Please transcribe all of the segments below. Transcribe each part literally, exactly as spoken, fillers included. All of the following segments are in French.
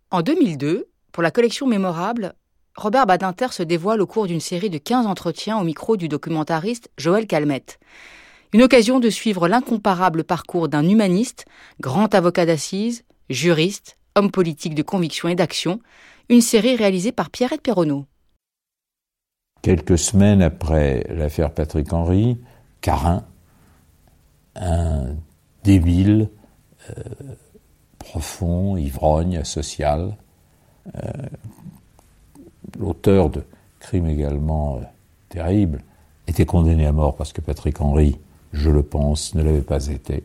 En deux mille deux, pour la collection Mémorable, Robert Badinter se dévoile au cours d'une série de quinze entretiens au micro du documentariste Joël Calmette. Une occasion de suivre l'incomparable parcours d'un humaniste, grand avocat d'assises, juriste, homme politique de conviction et d'action, une série réalisée par Pierrette Perronneau. Quelques semaines après l'affaire Patrick Henry, Carin, un débile, euh, profond, ivrogne, asocial, euh, l'auteur de crimes également euh, terribles, était condamné à mort parce que Patrick Henry, je le pense, ne l'avait pas été.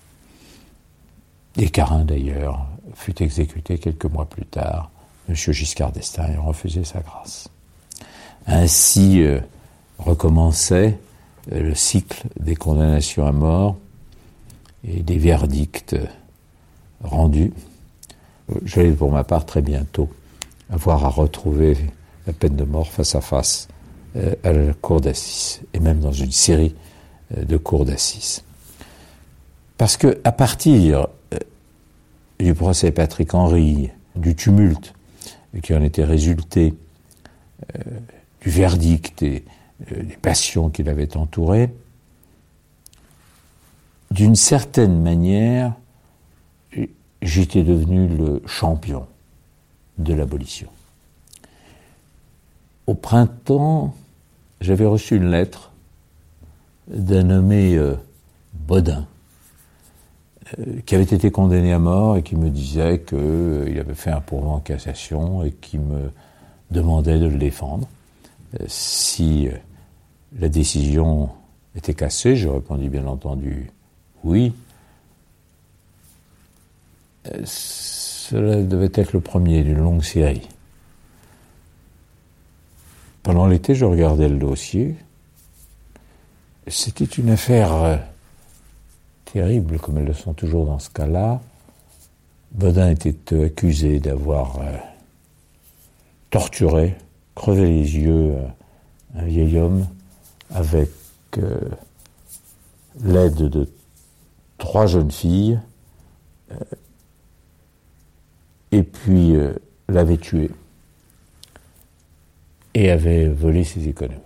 Et Carin, d'ailleurs, fut exécuté quelques mois plus tard, M. Giscard d'Estaing ayant refusé sa grâce. Ainsi euh, recommençait euh, le cycle des condamnations à mort et des verdicts euh, rendus. J'allais pour ma part très bientôt avoir à retrouver la peine de mort face à face euh, à la cour d'assises, et même dans une série euh, de cours d'assises. Parce que à partir euh, du procès Patrick Henry, du tumulte qui en était résulté, euh, du verdict et euh, des passions qui l'avaient entouré, d'une certaine manière, j'étais devenu le champion de l'abolition. Au printemps, j'avais reçu une lettre d'un nommé euh, Bodin, euh, qui avait été condamné à mort et qui me disait qu'il euh, avait fait un pourvoi en cassation et qui me demandait de le défendre. Euh, si euh, la décision était cassée, je répondis bien entendu oui. Euh, cela devait être le premier d'une longue série. Pendant l'été, je regardais le dossier. C'était une affaire euh, terrible, comme elles le sont toujours dans ce cas-là. Bodin était euh, accusé d'avoir euh, torturé, crevé les yeux euh, un vieil homme avec euh, l'aide de trois jeunes filles, euh, et puis euh, l'avait tué et avait volé ses économies.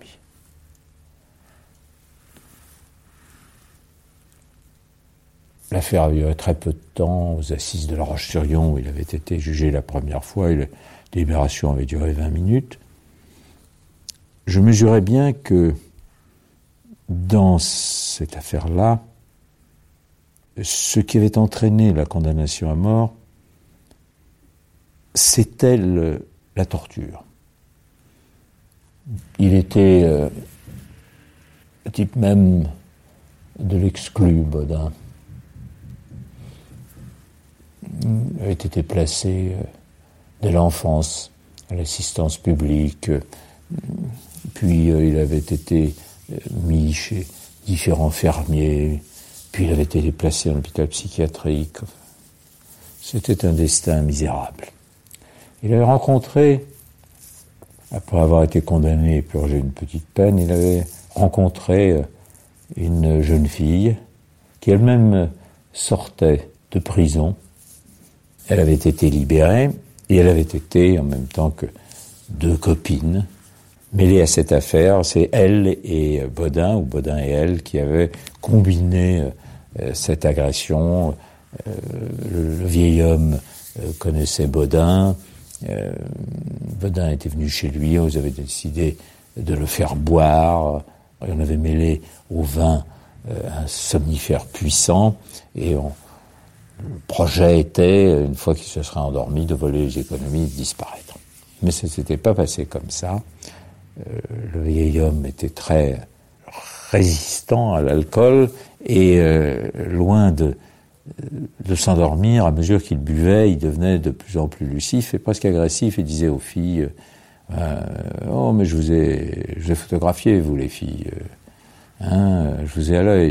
L'affaire avait duré très peu de temps aux assises de La Roche-sur-Yon où il avait été jugé la première fois et la délibération avait duré vingt minutes. Je mesurais bien que dans cette affaire-là, ce qui avait entraîné la condamnation à mort, c'était le, la torture. Il était euh, le type même de l'exclu, Bodin. Il avait été placé euh, dès l'enfance à l'assistance publique, euh, puis euh, il avait été euh, mis chez différents fermiers, puis il avait été déplacé en hôpital psychiatrique. C'était un destin misérable. Il avait rencontré, après avoir été condamné et purgé une petite peine, il avait rencontré une jeune fille qui elle-même sortait de prison. Elle avait été libérée et elle avait été, en même temps que deux copines, mêlées à cette affaire. C'est elle et Bodin, ou Bodin et elle, qui avaient combiné euh, cette agression. Euh, le, le vieil homme euh, connaissait Bodin. Euh, Bodin était venu chez lui, ils avaient décidé de le faire boire, on avait mêlé au vin euh, un somnifère puissant, et on, le projet était, une fois qu'il se serait endormi, de voler les économies et de disparaître. Mais ça ne s'était pas passé comme ça. Euh, le vieil homme était très résistant à l'alcool, et euh, loin de de s'endormir, à mesure qu'il buvait, il devenait de plus en plus lucide et presque agressif, et disait aux filles euh, « Oh, mais je vous ai, je vous ai photographié, vous les filles, hein, je vous ai à l'œil. »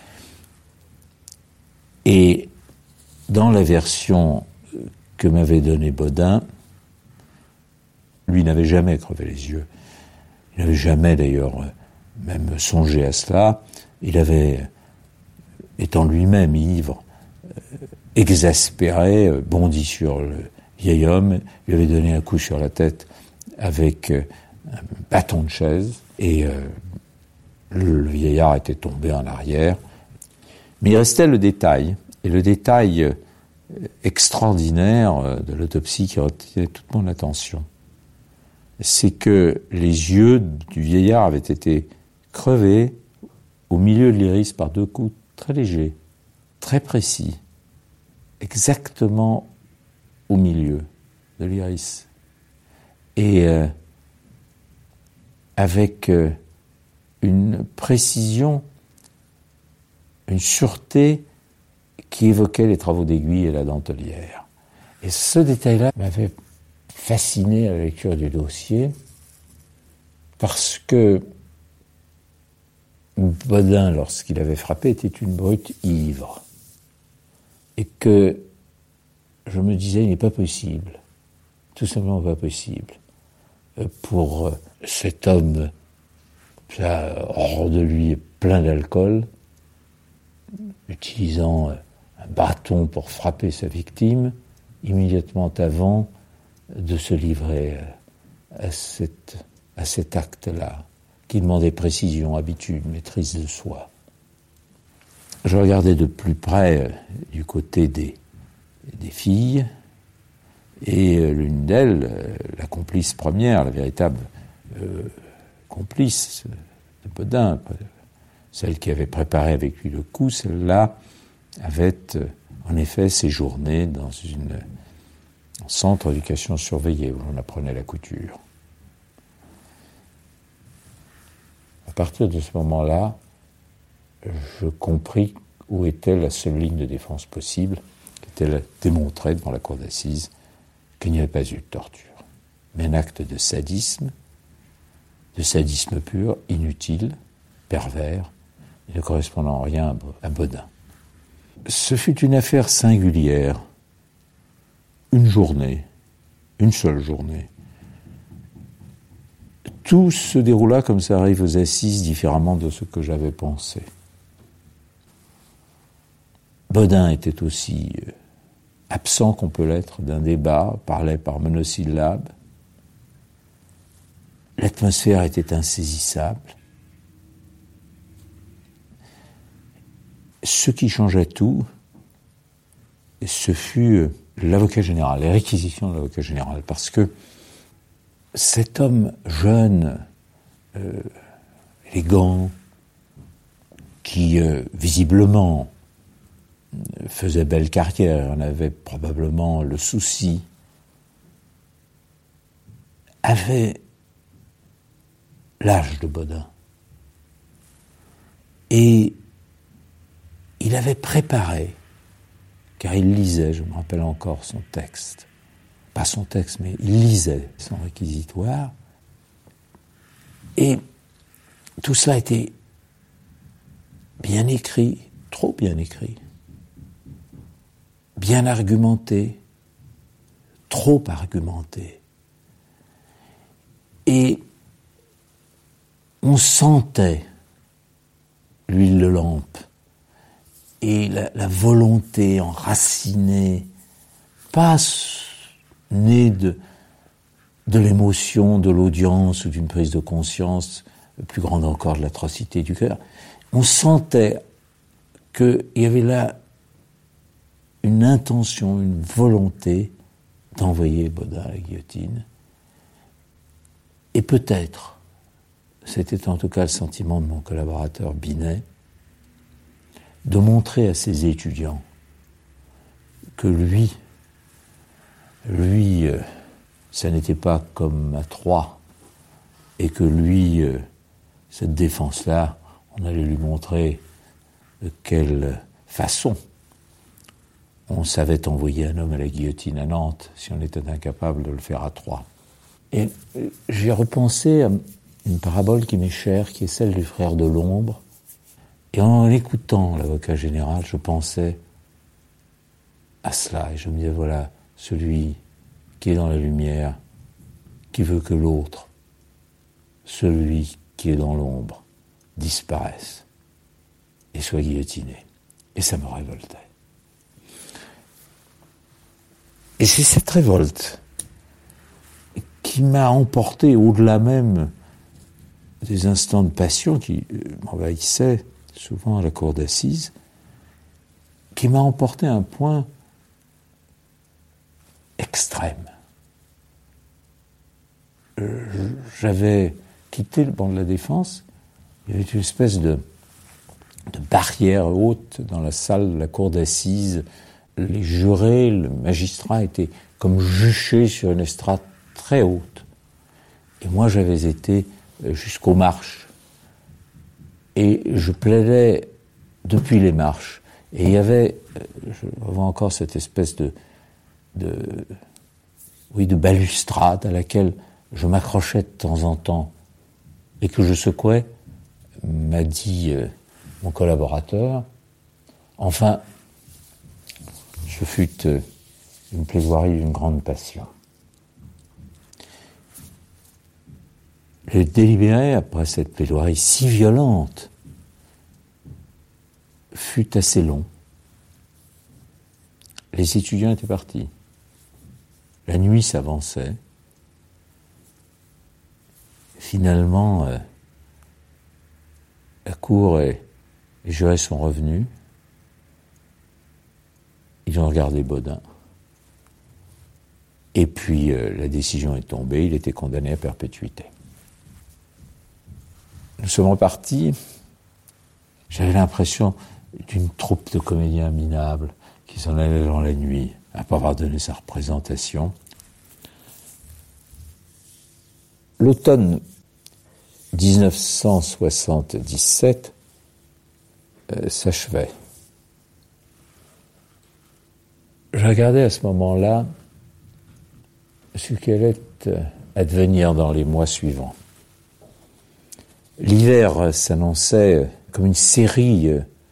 Et dans la version que m'avait donnée Bodin, lui n'avait jamais crevé les yeux. Il n'avait jamais, d'ailleurs, même songé à cela. Il avait, étant lui-même ivre, exaspéré, bondi sur le vieil homme lui avait donné un coup sur la tête avec un bâton de chaise, et euh, le, le vieillard était tombé en arrière. Mais il restait le détail, et le détail euh, extraordinaire de l'autopsie qui retenait toute mon attention, c'est que les yeux du vieillard avaient été crevés au milieu de l'iris par deux coups très légers, très précis, exactement au milieu de l'iris. Et euh, avec euh, une précision, une sûreté qui évoquait les travaux d'Aiguille et la dentelière. Et ce détail-là m'avait fasciné à la lecture du dossier, parce que Bodin, lorsqu'il avait frappé, était une brute ivre. Et que je me disais, il n'est pas possible, tout simplement pas possible, pour cet homme, ça, hors de lui, plein d'alcool, utilisant un bâton pour frapper sa victime, immédiatement avant de se livrer à, cette, à cet acte-là, qui demandait précision, habitude, maîtrise de soi. Je regardais de plus près du côté des, des filles, et l'une d'elles, la complice première, la véritable euh, complice de Bodin, celle qui avait préparé avec lui le coup, celle-là avait en effet séjourné dans une, un centre d'éducation surveillée où l'on apprenait la couture. À partir de ce moment-là, je compris où était la seule ligne de défense possible, qui était la démontrer devant la cour d'assises qu'il n'y avait pas eu de torture, mais un acte de sadisme, de sadisme pur, inutile, pervers, ne correspondant en rien à Bodin. Ce fut une affaire singulière, une journée, une seule journée. Tout se déroula comme ça arrive aux assises, différemment de ce que j'avais pensé. Bodin était aussi absent qu'on peut l'être d'un débat, parlait par monosyllabes. L'atmosphère était insaisissable. Ce qui changeait tout, ce fut l'avocat général, les réquisitions de l'avocat général, parce que cet homme jeune, euh, élégant, qui euh, visiblement faisait belle carrière, en avait probablement le souci, avait l'âge de Bodin. Et il avait préparé, car il lisait, je me rappelle encore son texte, pas son texte, mais il lisait son réquisitoire, et tout cela était bien écrit, trop bien écrit, bien argumenté, trop argumenté. Et on sentait l'huile de lampe et la, la volonté enracinée, pas née de, de l'émotion, de l'audience ou d'une prise de conscience, plus grande encore de l'atrocité du cœur. On sentait qu'il y avait là une intention, une volonté d'envoyer Bodin à la guillotine. Et peut-être, c'était en tout cas le sentiment de mon collaborateur Binet, de montrer à ses étudiants que lui, lui, euh, ça n'était pas comme à Troyes, et que lui, euh, cette défense-là, on allait lui montrer de quelle façon on savait envoyer un homme à la guillotine à Nantes si on était incapable de le faire à Troyes. Et j'ai repensé à une parabole qui m'est chère, qui est celle du frère de l'ombre. Et en écoutant l'avocat général, je pensais à cela. Et je me disais, voilà, celui qui est dans la lumière, qui veut que l'autre, celui qui est dans l'ombre, disparaisse et soit guillotiné. Et ça me révoltait. Et c'est cette révolte qui m'a emporté au-delà même des instants de passion qui m'envahissaient souvent à la cour d'assises, qui m'a emporté à un point extrême. J'avais quitté le banc de la Défense, il y avait une espèce de, de barrière haute dans la salle de la cour d'assises. Les jurés, le magistrat étaient comme juchés sur une estrade très haute. Et moi, j'avais été jusqu'aux marches. Et je plaidais depuis les marches. Et il y avait, je vois encore cette espèce de, de, oui, de balustrade à laquelle je m'accrochais de temps en temps et que je secouais, m'a dit euh, mon collaborateur. Enfin, ce fut euh, une plaidoirie d'une grande passion. Le délibéré, après cette plaidoirie si violente, fut assez long. Les étudiants étaient partis. La nuit s'avançait. Finalement, euh, la cour et les jurés sont revenus. Ils ont regardé Bodin. Et puis, euh, la décision est tombée. Il était condamné à perpétuité. Nous sommes repartis. J'avais l'impression d'une troupe de comédiens minables qui s'en allaient dans la nuit, après avoir donné sa représentation. L'automne dix-neuf cent soixante-dix-sept euh, s'achevait. Je regardais à ce moment-là ce qui allait advenir dans les mois suivants. L'hiver s'annonçait comme une série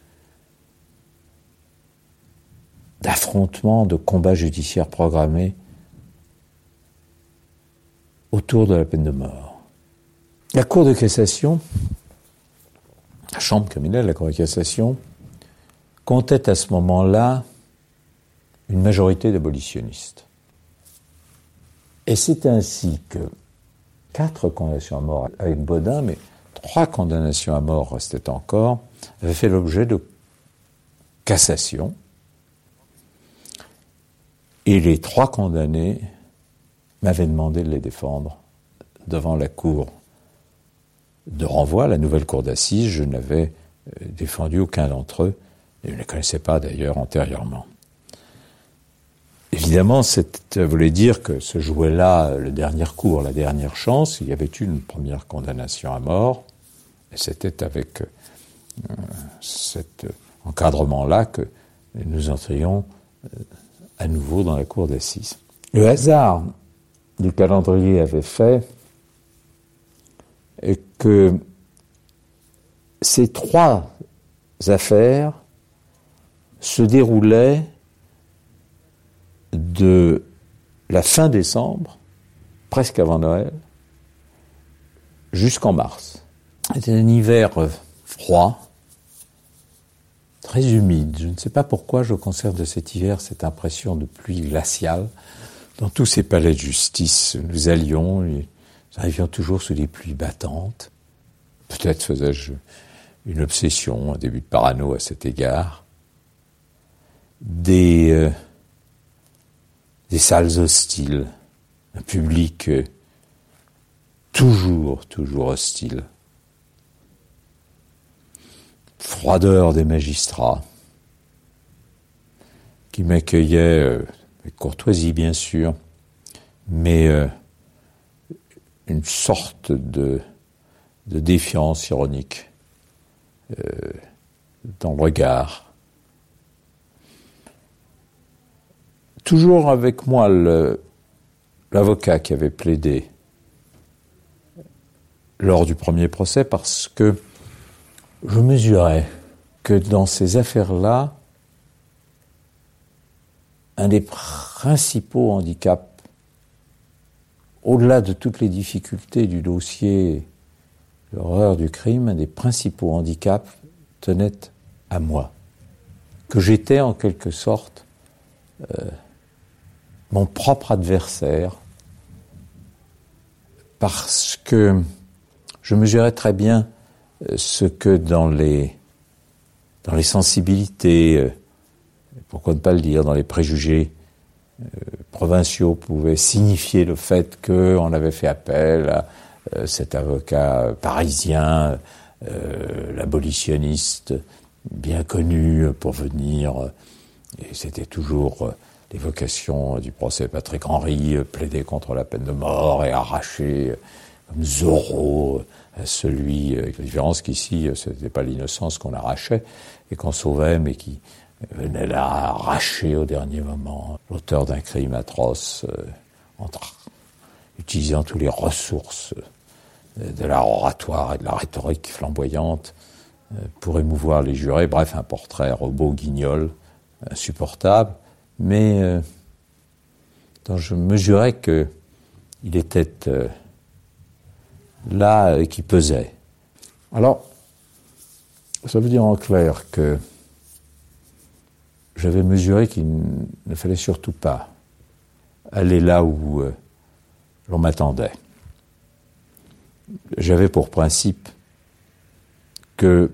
d'affrontements, de combats judiciaires programmés autour de la peine de mort. La Cour de cassation, la chambre criminelle de la Cour de cassation, comptait à ce moment-là une majorité d'abolitionnistes. Et c'est ainsi que quatre condamnations à mort avec Bodin, mais trois condamnations à mort restaient encore, avaient fait l'objet de cassation. Et les trois condamnés m'avaient demandé de les défendre devant la cour de renvoi, la nouvelle cour d'assises. Je n'avais défendu aucun d'entre eux, et je ne les connaissais pas d'ailleurs antérieurement. Évidemment, ça voulait dire que se jouait là le dernier cours, la dernière chance. Il y avait eu une première condamnation à mort, et c'était avec euh, cet encadrement-là que nous entrions euh, à nouveau dans la cour d'assises. Le hasard du calendrier avait fait que ces trois affaires se déroulaient de la fin décembre, presque avant Noël, jusqu'en mars. C'était un hiver froid, très humide. Je ne sais pas pourquoi je conserve de cet hiver cette impression de pluie glaciale. Dans tous ces palais de justice, nous allions, nous arrivions toujours sous des pluies battantes. Peut-être faisais-je une obsession, un début de parano à cet égard. Des, euh, des salles hostiles, un public euh, toujours, toujours hostile. Froideur des magistrats, qui m'accueillaient euh, avec courtoisie bien sûr, mais euh, une sorte de, de défiance ironique euh, dans le regard. Toujours avec moi le, l'avocat qui avait plaidé lors du premier procès, parce que je mesurais que dans ces affaires-là, un des principaux handicaps, au-delà de toutes les difficultés du dossier, l'horreur du crime, un des principaux handicaps tenait à moi. Que j'étais en quelque sorte euh, mon propre adversaire, parce que je mesurais très bien ce que dans les, dans les sensibilités, pourquoi ne pas le dire, dans les préjugés euh, provinciaux pouvait signifier le fait qu'on avait fait appel à euh, cet avocat parisien, euh, l'abolitionniste bien connu pour venir, et c'était toujours l'évocation du procès Patrick Henry, plaider contre la peine de mort et arracher comme Zorro à celui, avec la différence qu'ici, ce n'était pas l'innocence qu'on arrachait et qu'on sauvait, mais qui venait là arracher au dernier moment l'auteur d'un crime atroce, euh, entre, utilisant toutes les ressources de l'art oratoire et de la rhétorique flamboyante euh, pour émouvoir les jurés. Bref, un portrait robot guignol, insupportable, mais euh, dont je mesurais qu'il était euh, là et qui pesait. Alors, ça veut dire en clair que j'avais mesuré qu'il ne fallait surtout pas aller là où euh, l'on m'attendait. J'avais pour principe que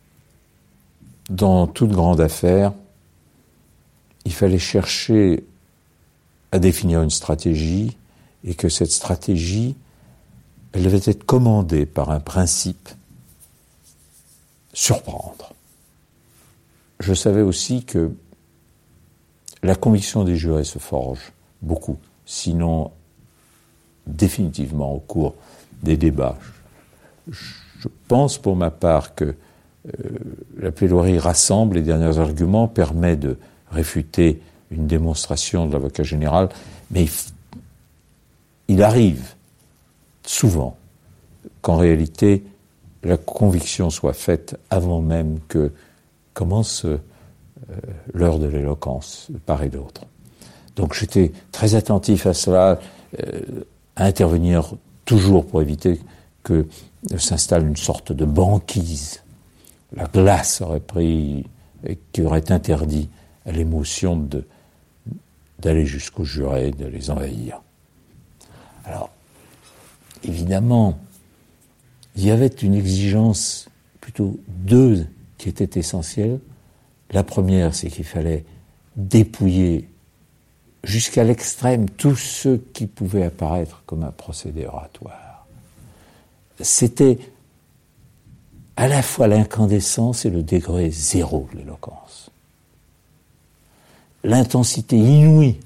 dans toute grande affaire, il fallait chercher à définir une stratégie et que cette stratégie, elle devait être commandée par un principe, surprendre. Je savais aussi que la conviction des jurés se forge beaucoup, sinon définitivement au cours des débats. Je pense pour ma part que euh, la plaidoirie rassemble les derniers arguments, permet de réfuter une démonstration de l'avocat général, mais il, il arrive souvent qu'en réalité la conviction soit faite avant même que commence euh, l'heure de l'éloquence de part et d'autre. Donc j'étais très attentif à cela, euh, à intervenir toujours pour éviter que s'installe une sorte de banquise. La glace aurait pris et qui aurait interdit à l'émotion de, d'aller jusqu'aux jurés, de les envahir. Alors, évidemment, il y avait une exigence, plutôt deux, qui étaient essentielles. La première, c'est qu'il fallait dépouiller jusqu'à l'extrême tout ce qui pouvait apparaître comme un procédé oratoire. C'était à la fois l'incandescence et le degré zéro de l'éloquence. L'intensité inouïe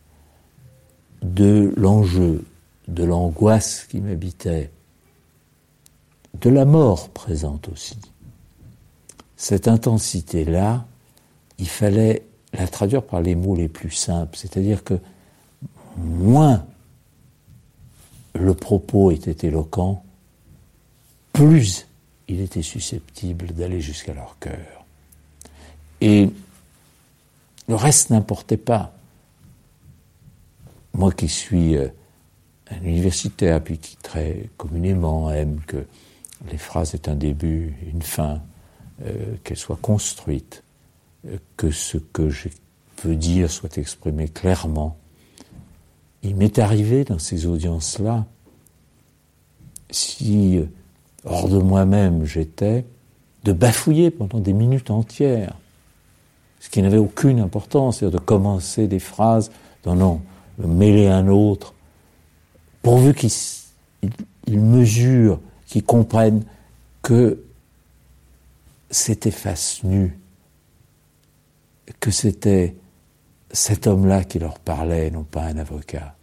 de l'enjeu, de l'angoisse qui m'habitait, de la mort présente aussi. Cette intensité-là, il fallait la traduire par les mots les plus simples, c'est-à-dire que moins le propos était éloquent, plus il était susceptible d'aller jusqu'à leur cœur. Et le reste n'importait pas. Moi qui suis un universitaire, puis qui très communément aime que les phrases aient un début, une fin, euh, qu'elles soient construites, euh, que ce que je veux dire soit exprimé clairement. Il m'est arrivé dans ces audiences-là, si euh, hors de moi-même j'étais, de bafouiller pendant des minutes entières, ce qui n'avait aucune importance, c'est-à-dire de commencer des phrases, d'en en mêler un autre, pourvu qu'ils ils, ils mesurent, qu'ils comprennent que c'était face nue, que c'était cet homme-là qui leur parlait, non pas un avocat.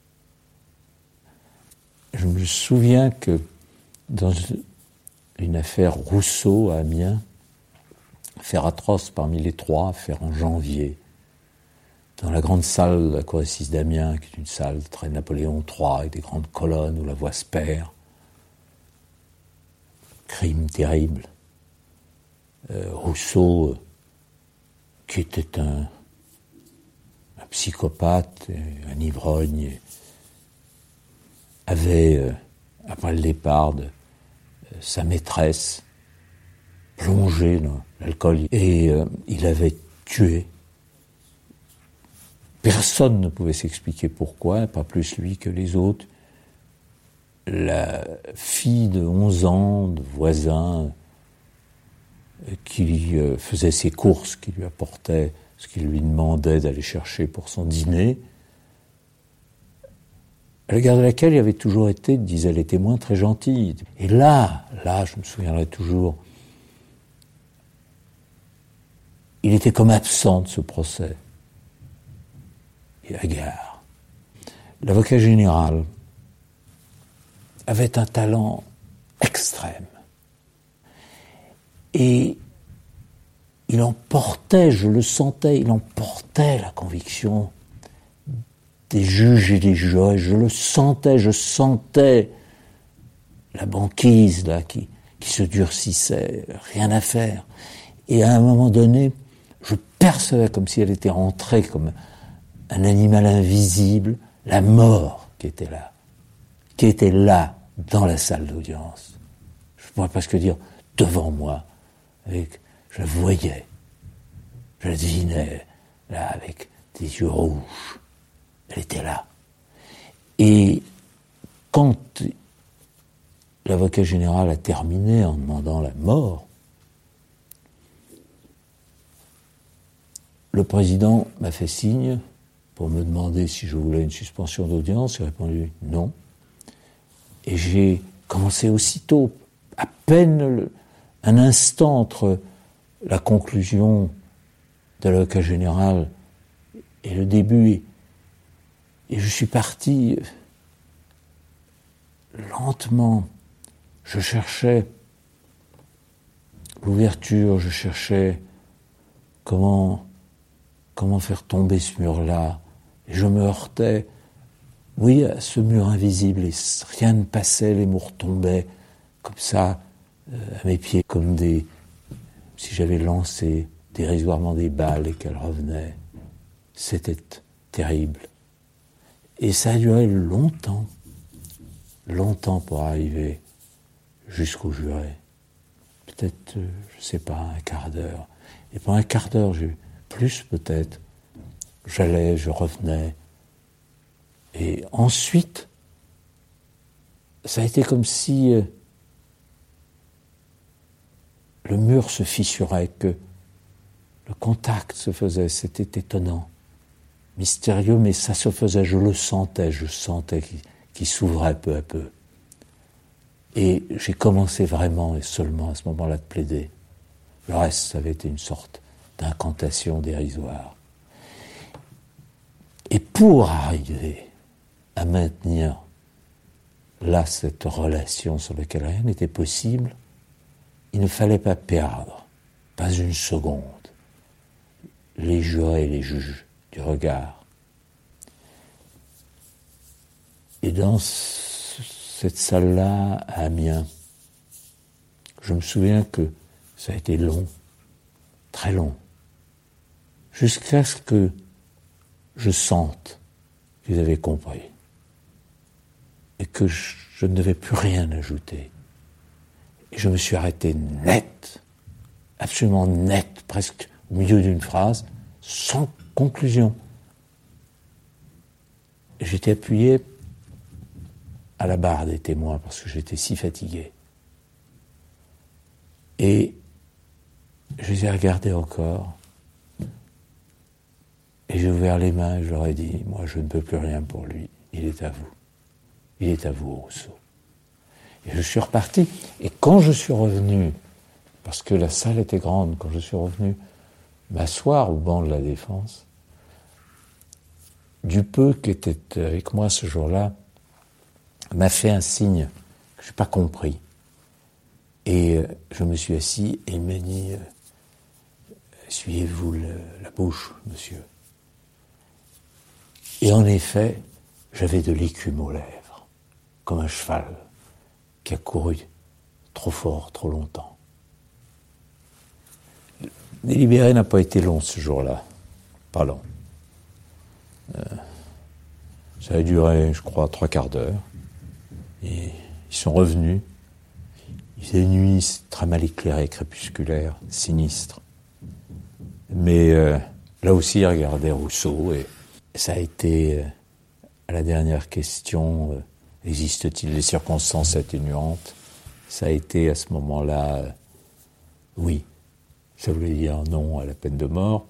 Je me souviens que dans une affaire Rousseau à Amiens, affaire atroce parmi les trois, affaire en janvier, dans la grande salle de la cour d'assises d'Amiens, qui est une salle très Napoléon trois, avec des grandes colonnes où la voix se perd, crime terrible. Euh, Rousseau, euh, qui était un, un psychopathe, un ivrogne, avait, euh, après le départ de euh, sa maîtresse, plongé dans l'alcool, et euh, il avait tué Personne ne pouvait s'expliquer pourquoi, pas plus lui que les autres. La fille de onze ans, de voisin, qui lui faisait ses courses, qui lui apportait ce qu'il lui demandait d'aller chercher pour son dîner, à l'égard de laquelle il avait toujours été, disaient les témoins, très gentil. Et là, là, je me souviendrai toujours, il était comme absent de ce procès. Et hagard. L'avocat général avait un talent extrême. Et il emportait, je le sentais, il emportait la conviction des juges et des jurés. Je le sentais, je sentais la banquise là qui, qui se durcissait, rien à faire. Et à un moment donné, je percevais comme si elle était rentrée comme un animal invisible, la mort qui était là, qui était là dans la salle d'audience. Je pourrais presque dire devant moi, avec, je la voyais, je la devinais là avec des yeux rouges. Elle était là. Et quand l'avocat général a terminé en demandant la mort, le président m'a fait signe pour me demander si je voulais une suspension d'audience. J'ai répondu non. Et j'ai commencé aussitôt, à peine le, un instant entre la conclusion de l'avocat général et le début. Et je suis parti lentement. Je cherchais l'ouverture, je cherchais comment, comment faire tomber ce mur-là. Et je me heurtais, oui, à ce mur invisible, et rien ne passait, les mots retombaient comme ça, euh, à mes pieds, comme des, si j'avais lancé dérisoirement des balles et qu'elles revenaient. C'était terrible. Et ça a duré longtemps, longtemps pour arriver jusqu'au juré. Peut-être, euh, je ne sais pas, un quart d'heure. Et pendant un quart d'heure, j'ai plus peut-être, j'allais, je revenais. Et ensuite, ça a été comme si euh, le mur se fissurait, que le contact se faisait. C'était étonnant, mystérieux, mais ça se faisait, je le sentais, je sentais qu'il, qu'il s'ouvrait peu à peu. Et j'ai commencé vraiment et seulement à ce moment-là de plaider. Le reste, ça avait été une sorte d'incantation dérisoire. Et pour arriver à maintenir là cette relation sur laquelle rien n'était possible, il ne fallait pas perdre, pas une seconde, les jurés et les juges du regard. Et dans cette salle-là, à Amiens, je me souviens que ça a été long, très long, jusqu'à ce que je sente qu'ils avaient compris et que je, je ne devais plus rien ajouter. Et je me suis arrêté net, absolument net, presque au milieu d'une phrase, sans conclusion. Et j'étais appuyé à la barre des témoins parce que j'étais si fatigué. Et je les ai regardés encore. Et j'ai ouvert les mains et je leur ai dit, moi je ne peux plus rien pour lui, il est à vous. Il est à vous, Rousseau. Et je suis reparti. Et quand je suis revenu, parce que la salle était grande, quand je suis revenu m'asseoir au banc de la Défense, Dupeux, qui était avec moi ce jour-là, m'a fait un signe que je n'ai pas compris. Et euh, je me suis assis et il m'a dit, euh, essuyez-vous le, la bouche, monsieur. Et en effet, j'avais de l'écume aux lèvres, comme un cheval qui a couru trop fort, trop longtemps. Le délibéré n'a pas été long ce jour-là, pas long. Euh, ça a duré, je crois, trois quarts d'heure. Et ils sont revenus. Il faisait une nuit très mal éclairée, crépusculaire, sinistre. Mais euh, là aussi, ils regardaient Rousseau et ça a été, à la dernière question, euh, existe-t-il des circonstances atténuantes? Ça a été à ce moment-là, euh, oui. Ça voulait dire non à la peine de mort.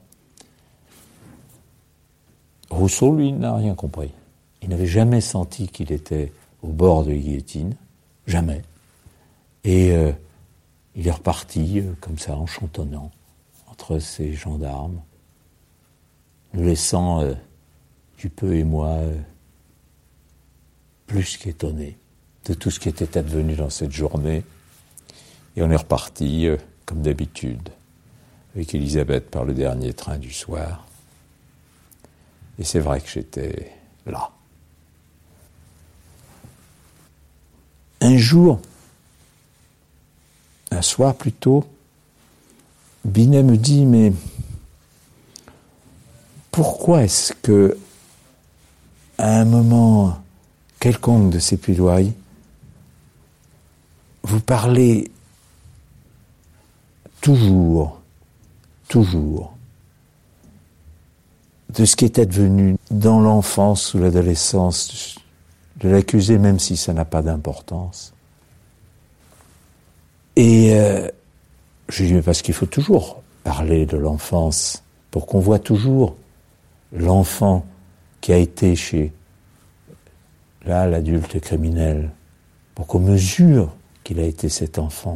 Rousseau, lui, n'a rien compris. Il n'avait jamais senti qu'il était au bord de la guillotine. Jamais. Et euh, il est reparti, euh, comme ça, en chantonnant, entre ces gendarmes, nous laissant, euh, Dupeux et moi, euh, plus qu'étonnés de tout ce qui était advenu dans cette journée. Et on est reparti, euh, comme d'habitude, avec Élisabeth par le dernier train du soir. Et c'est vrai que j'étais là. Un jour, un soir plutôt, Binet me dit, mais pourquoi est-ce que, à un moment quelconque de ces plaidoiries, vous parlez toujours, toujours, de ce qui est advenu dans l'enfance ou l'adolescence de l'accusé, même si ça n'a pas d'importance. Et euh, je dis, mais parce qu'il faut toujours parler de l'enfance, pour qu'on voit toujours l'enfant qui a été chez, là, l'adulte criminel, pour qu'on mesure qu'il a été cet enfant.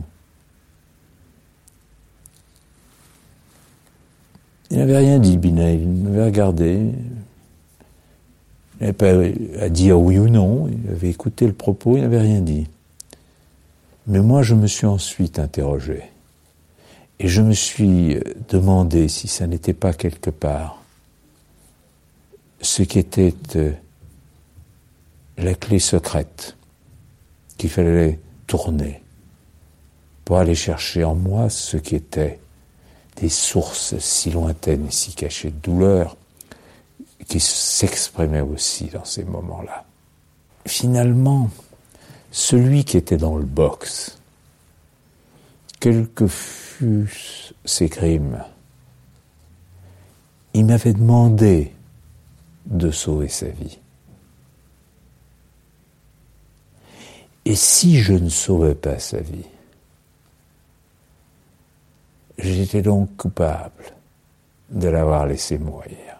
Il n'avait rien dit, Binet, il m'avait regardé. Il n'avait pas à dire oui ou non, il avait écouté le propos, il n'avait rien dit. Mais moi, je me suis ensuite interrogé. Et je me suis demandé si ça n'était pas quelque part ce qui était euh, la clé secrète qu'il fallait tourner pour aller chercher en moi ce qui était des sources si lointaines et si cachées de douleur qui s'exprimaient aussi dans ces moments-là. Finalement, celui qui était dans le box, quels que fussent ses crimes, il m'avait demandé de sauver sa vie. Et si je ne sauvais pas sa vie, j'étais donc coupable de l'avoir laissé mourir.